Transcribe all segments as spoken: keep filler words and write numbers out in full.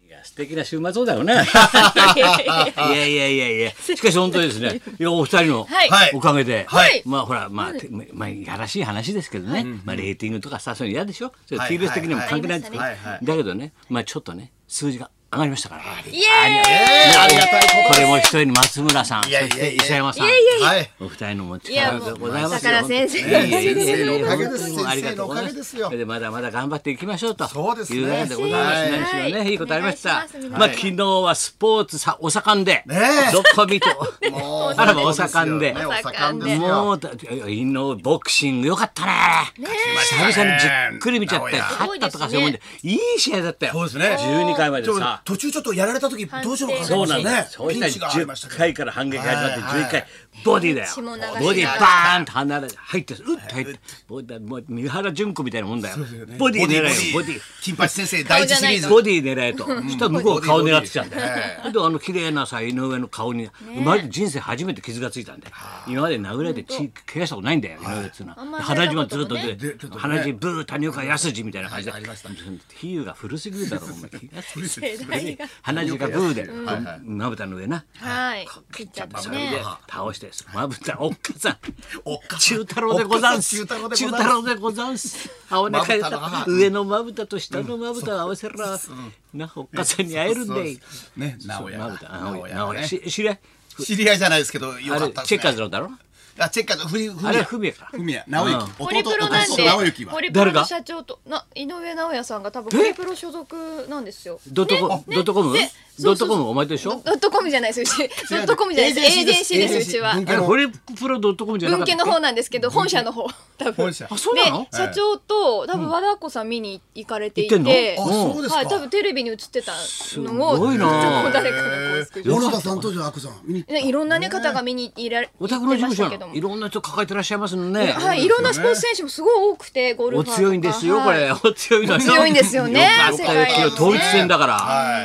素敵な週末だよね。いやいやいやいや。しかし本当にですね。いやお二人のおかげで、まあほらまあまあやらしい話ですけどね。まあレーティングとかさそういうの嫌でしょ。ティービーエス 的にも関係ないですけど。だけどね、まあちょっとね数字が上がりましたから。 イエーイ。 ありがたいこと。これも一人に松村さん、そして磯山さん、お二人のも力でございますよ。 だから先生。 先生のおかげです。 ありがとうございます。でまだまだ頑張っていきましょうというわけでございます。何しろねいいことありました。まあ昨日はスポーツさお盛んでどこ見てもあらばお盛んでもうイノボクシングよかったね。久々にじっくり見ちゃって勝ったとかそういうもんでいい試合だったよ。 そうですね。 じゅうにかいまでさ途中ちょっとやられた時どうしようかそうなんだ。そうしたらじゅっかいから反撃始まってじゅういっかいボディだよ。ボディバーンと離れ入ってうっと入ってボディもう三原純子みたいなもんだよ。ボディ狙えよボディ。 金八先生第一シリーズボディ狙えと。そしたら向こう顔狙ってきたんだよ。であの綺麗なさ井上の顔に生まれて人生初めて傷がついたんだよ。今まで殴られて血怪我したことないんだよ井上っつうのは。鼻血もずっと出て鼻血ブー谷岡康二みたいな感じで。比喩が古すぎるだろお前。鼻血がブーでまぶたの上な。 はい。 それで倒してまぶたおっかさん中太郎でござんす。中太郎でござんす。青ねかえた上のまぶたと下のまぶたを合わせらなおっかさんに会えるんで。 ね直哉。 まぶた直哉知り合い知り合いじゃないですけどよかったですね。 チェッカーズのだろ。 あチェッカーズふみあれふみやか。 ふみや直之。 ホリプロなんで。 直之はホリプロの社長とな井上尚弥さんが多分ホリプロ所属なんですよ。 ドットコムドットコムドットコムお前と一緒？ ドットコムじゃないですうち。ドットコムじゃないです。エージェンシーですうちは。 ホリプロドットコムじゃなかった。 文系の方なんですけど本社の方多分。 本社。 あそうなの？ で社長と多分和田アッコさん見に行かれていて。 あそうですか。 はい多分テレビに映ってたのをすごいな。 誰かがこうスクショ。 小野田さんとじゃあアッコさん見に。 いろんなね方が見にいられ。 お宅の事務所いろんな人抱えてらっしゃいますのね。 はい、いろんなスポーツ選手もすごい多くて、ゴルファーとか。 お強いんですよ、これ。お強いのよ。 強いんですよね。 世界の統一戦だから。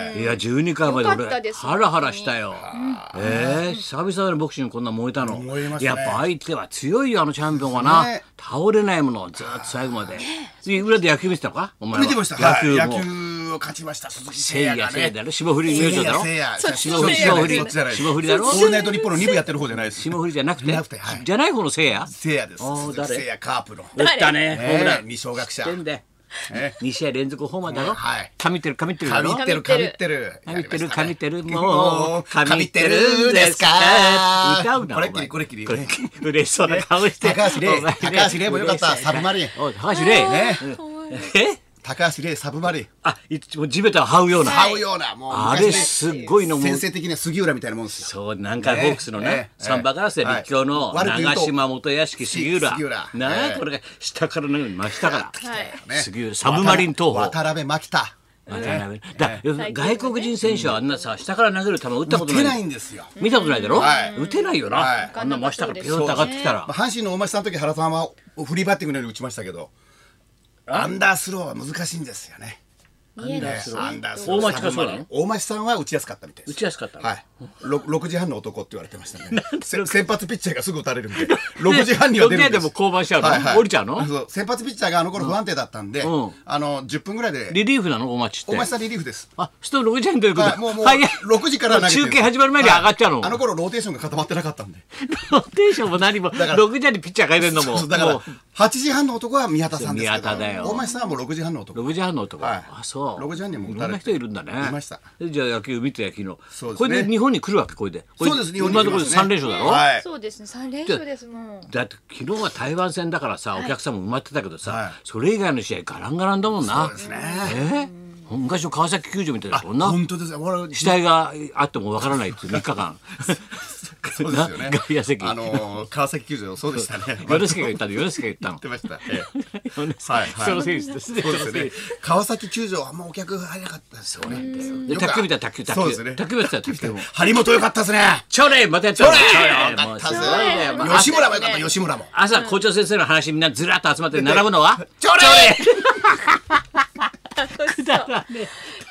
いや、じゅうにかいまで俺、ハラハラしたよ。ええ、久々だね、ボクシングこんな燃えたの。やっぱ相手は強いよ、あのチャンピオンはな。倒れないもの、ずっと最後まで。次、裏で野球見てたのかお前は。 見てました。野球を勝ちました。鈴木誠也がね。 霜降り明星だろ。霜降り、霜降り、霜降りだろ。 オールナイトニッポンのに部やってる方じゃないです。 霜降りじゃなくて、じゃない方の誠也。 誠也です。誠也カープの。 打ったね。ホームラン。 二小学者。 に試合連続ホーマーだろ。神ってる神ってる。 神ってる神ってる。 神ってる神ってるもう神ってるですか。 歌うな。 これっきりこれっきり。 嬉しそうな顔して。 高橋礼高橋礼もよかった。サブマリン。 高橋礼ね。え？ 高橋礼サブマリン。 あ、いつも地べたを這うような。 這うようなもうあれすごいのも。 先生的には杉浦みたいなもんですよ。 そう南海ホークスのねサンバガラスで立教の長島元屋敷杉浦。なあこれが下からのように真下から。杉浦サブマリン投法。 渡辺牧田。 だ外国人選手はあんなさ下から投げる球打ったことない。 打てないんですよ。 見たことないだろ。打てないよな。あんな真下からピューッと上がってきたら。 阪神の大町さんの時原さんはフリーバッティングのように打ちましたけど。アンダースローは難しいんですよね。 アンダースロー。 アンダースロー。 大町かそうなの？ 大町さんは打ちやすかったみたいです。 打ちやすかった。 はい。六時半の男って言われてましたね。先発ピッチャーがすぐ打たれるんで、六時半には出るんです。 六時半でも降板しちゃうの？降りちゃうの？ そう。先発ピッチャーがあの頃不安定だったんで、あの十分ぐらいで。 リリーフなの大町って？ 大町さんリリーフです。 あ、人六時半ということ。 もうもう六時から投げて。 中継始まる前に上がっちゃうの。 あの頃ローテーションが固まってなかったんで。 ローテーションも何も六時半にピッチャーが入れるのも。 だから八時半の男は宮田さんですけど。 宮田だよ。 大町さんはもう六時半の男。 六時半の男。あ、そう。 六時半にもいろんな人いるんだね。 いました。 じゃあ野球見て野球の。 そうですね。 これで日本に来るわけこれで。 そうです。日本に今のところで三連勝だろ。 はい。 そうですね。三連勝ですもん。 だって昨日は台湾戦だからさお客さんも埋まってたけどさそれ以外の試合ガランガランだもんな。 そうですね。 え？昔の川崎球場みたいだもんな。 本当です。 死体があってもわからないっていうみっかかん。 そうですよね。 外野席。 あの川崎球場そうでしたね。 米助が言ったの。米助が言ったの。 言ってました。 はいはい。その選手です。 そうですね。川崎球場はあんまお客入らなかったですよね。 で卓球見た卓球卓球。そうですね。卓球見た卓球も。 張本良かったですね。 チョレイまたやった。 チョレイ良かったですね。吉村も良かった吉村も。 朝校長先生の話みんなずらっと集まって並ぶのはチョレイ。 くだらねえ。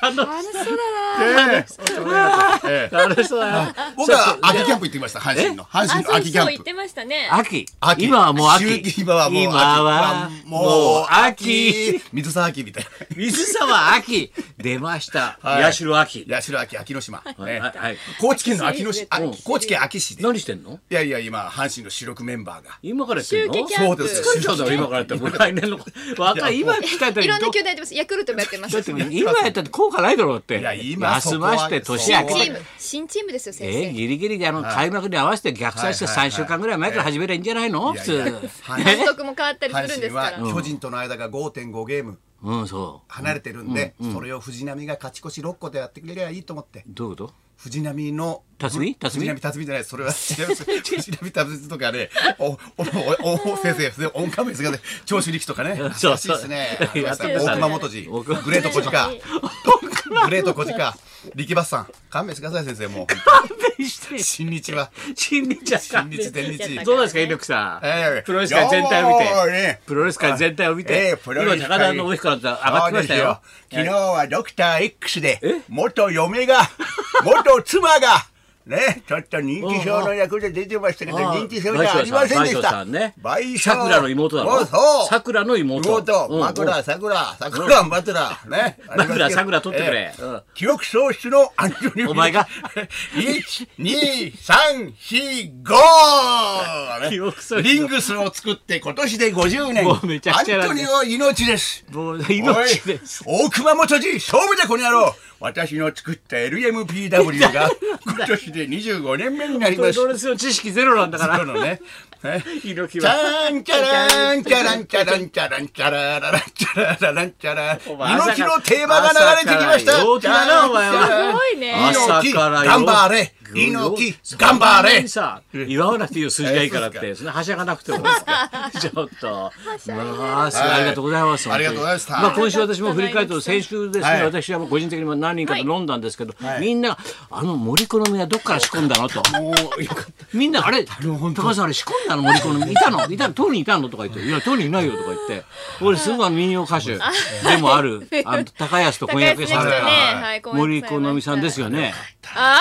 楽しそうだな。 ええ楽しそうだな。 僕は秋キャンプ行ってきました。阪神の阪神の秋キャンプ。 そう言ってましたね。 秋。 秋今はもう秋。 今はもう秋。 今はもう秋。 水沢秋みたいな。 水沢秋出ました。八代秋。 八代秋秋の島。 はい。 高知県の秋の市、高知県秋市で。 何してんの？ いやいや今阪神の主力メンバーが。 今からやってんの？ そうです。 作っちゃうだろ今からやっても来年の若い今来たいろんな球団やってます。ヤクルトもやってます。 今やったって効果ないだろうって。 いや今休まして年明け。 新チームですよ先生。 えギリギリであの開幕に合わせて逆算してさんしゅうかんぐらい前から始めりゃいいんじゃないの？普通。 監督も変わったりするんですから。 巨人との間が ごてんご ゲーム。 うんそう離れてるんで、それを藤波が勝ち越しろっこでやってくれりゃいいと思って。 どういうこと？ 藤波の辰巳辰巳藤波辰巳じゃない、それは違います。藤波辰巳とかね、おおお先生、オンカメですがね、長州力とかね、 そうそうですね。 やって大熊元次、グレート小鹿、グレート小鹿、力バスさん、勘弁してください先生もう。 勘弁して。 新日は新日は新日天日。 どうですか猪木さん。プロレス界全体を見て、プロレス界全体を見て、今高田信彦だって上がってきましたよ。 昨日はドクター X で元嫁が元妻がね、ちょっと認知症の役で出てましたけど、認知症じゃありませんでした。 さくらの妹だろ。さくらの妹。 妹、枕、さくら、さくら、枕、ね。 枕、さくら取ってくれ。 記憶喪失のアントニオ。 お前がいち、に、さん、よん、ご! リングスを作って今年でごじゅうねん。アントニオ命です。 もう命です。 大熊元次、勝負だこの野郎。私の作った エルエムピーダブリュー が今年でにじゅうごねんめになります。 プロレスの知識ゼロなんだから。 そうのね。 猪木は。チャンチャランチャランチャランチャランチャララランチャララランチャラ。猪木のテーマが流れてきました。 陽気だなお前は。 すごいね。 猪木頑張れ。猪木頑張れ。 さ祝わなくていいよ数字がいいからってそんなはしゃがなくてもちょっとまあありがとうございます。 ありがとうございました。 まあ今週私も振り返ると先週ですね私は個人的にも何人かと飲んだんですけどみんなあの森好みはどっから仕込んだのとみんなあれ高橋さんあれ仕込んだの森好みいたのいたの当人いたのとか言っていや当人いないよとか言って俺すぐ民謡歌手でもあるあの高安と婚約された森好みさんですよね。 あ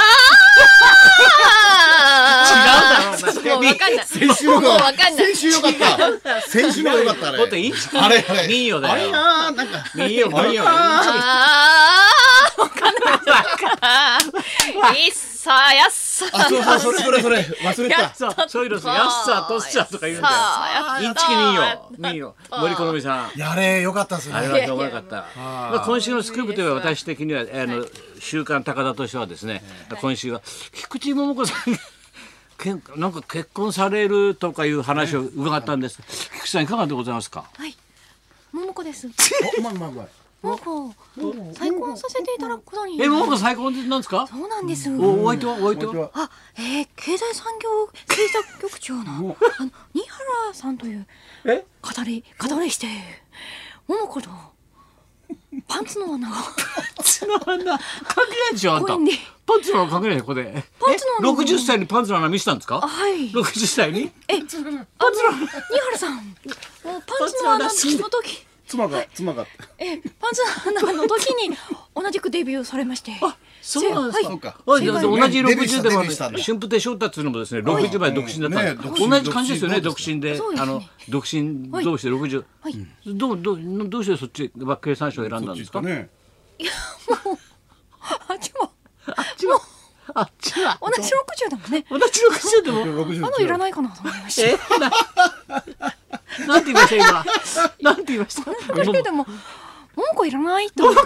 あ違うだろもう分かんない。 先週のもう分かんない。 先週よかった先週のよかったね。 もっといいあれあれ民謡だよ。 あれななんか民謡民謡。 ああ分かんない。いっさやっさ。 あそうそうそれそれそれ忘れた。 そうそういうのやっさとっさとか言うんだよ。インチキ民謡民謡森好みさん。 やれよかったですね。 あれはよかった。まあ今週のスクープというのは私的にはあの週刊高田としてはですね今週は菊池桃子さんがけんなんか結婚されるとかいう話を伺ったんです。菊池さんいかがでございますか。 はい。桃子です。 おうまいうまいうまい。 桃子再婚させていただくことに。 え桃子再婚なんですか。 そうなんです。 おお相手はお相手は。 あ、えー、経済産業政策局長のあの新原さんというえ語り語りして桃子とパンツの穴がパンツの穴関係ないでしょあんた。 ここにパンツの穴関係ないここで。 パンツの穴ろくじゅっさいにパンツの穴見せたんですか。 はいろくじゅっさいに。 え、パンツの穴新原さんもうパンツの穴の時妻が妻がえパンツの穴の時に同じくデビューされまして。 そうなんですか。 そうか。 同じろくじゅうでもデビューしたんだ春風亭昇太っていうのもですねろくじゅうまで独身だったんです。同じ感じですよね独身であの独身同士でろくじゅう。どうどうどうしてそっちは経産省を選んだんですか。 いやもうあっちもあっちはあっちは同じろくじゅうだもんね。 同じろくじゅうでもあのいらないかなと思いました。 えなんて言いました今。なんて言いました。 ろくじゅうでも桃子いらないと思って。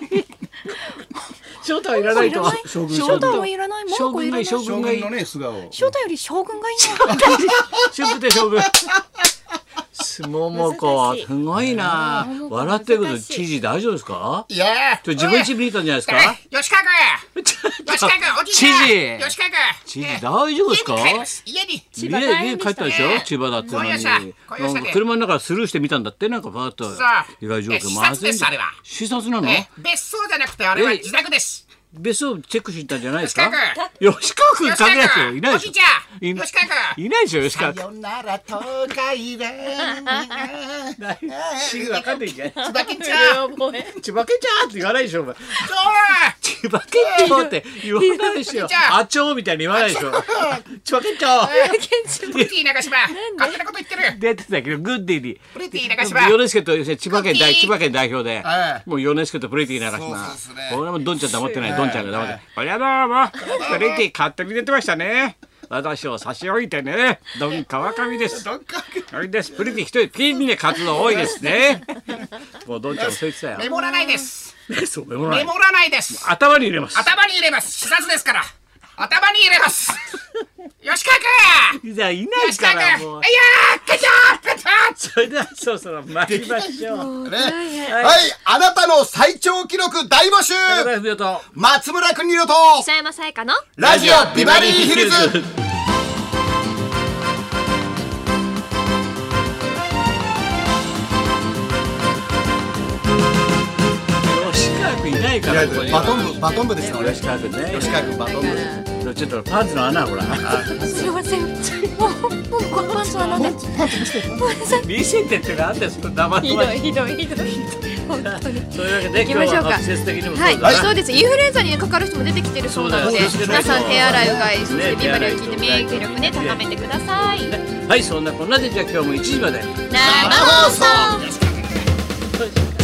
翔太はいらないと。 翔太はいらない。桃子いらない。 将軍がいい。 翔太より将軍がいいな。 春風亭将軍。桃子すごいな。笑ってるけど知事大丈夫ですか。 いや自分ち見たんじゃないですか。 吉川君吉川君おじいちゃん知事吉川君知事大丈夫ですか。 家に千葉大変でしたね。 家帰ったでしょ千葉だってのに。なんか車の中スルーしてみたんだってなんかパーッと被害状況まずいんだ。視察なの。 別荘じゃなくてあれは自宅です。 別荘チェックしたんじゃないですか。吉川君関係ないですよ。いないでしょ。いないでしょ吉川君。 さよなら東海で。 シーンわかんないんじゃない。 千葉県ちゃん。 千葉県ちゃんって言わないでしょ。千葉県ちゃんって言わないでしょ。あちょうみたいに言わないでしょ。千葉県ちゃん。 プリティ長島。勝手なこと言ってる。 出てたけどグッディに。 プリティ長島。 ヨネスケと千葉県代千葉県代表で、もうヨネスケとプリティ長島。俺もドンちゃん黙ってない。ドンちゃんが黙って。これはどうもプリティ勝手に出てましたね。私を差し置いてね。ドン川上です。ドン川上です。プリティ一人ピンで活動多いですね。もうドンちゃんもそう言ってたよ。 メモらないです。 そうメモらない。 メモらないです。 頭に入れます。 頭に入れます。視察ですから。頭に入れます。吉川君。 じゃあいないからもう。 いやー、ペチャーペチャー。 それではそろそろ参りましょう。 ね、はい、あなたの最長記録大募集。松村邦洋と磯山さやかのラジオビバリーヒルズ。 いないからバトン部バトン部ですよね。 吉川君ね。 吉川君バトン部。 ちょっとパンツの穴ほら。 すいません。もうもうこのパンツの穴で。 見せてってなんですか。生ひどいひどいひどい。本当に。 そういうわけで今日は季節的にもはい、そうです。インフルエンザにかかる人も出てきてるそうなので、皆さん手洗いうがい、そしてビバリーを聞いて免疫力ね高めてください。 はい、そんなこんなでじゃあ今日もいちじまで生放送。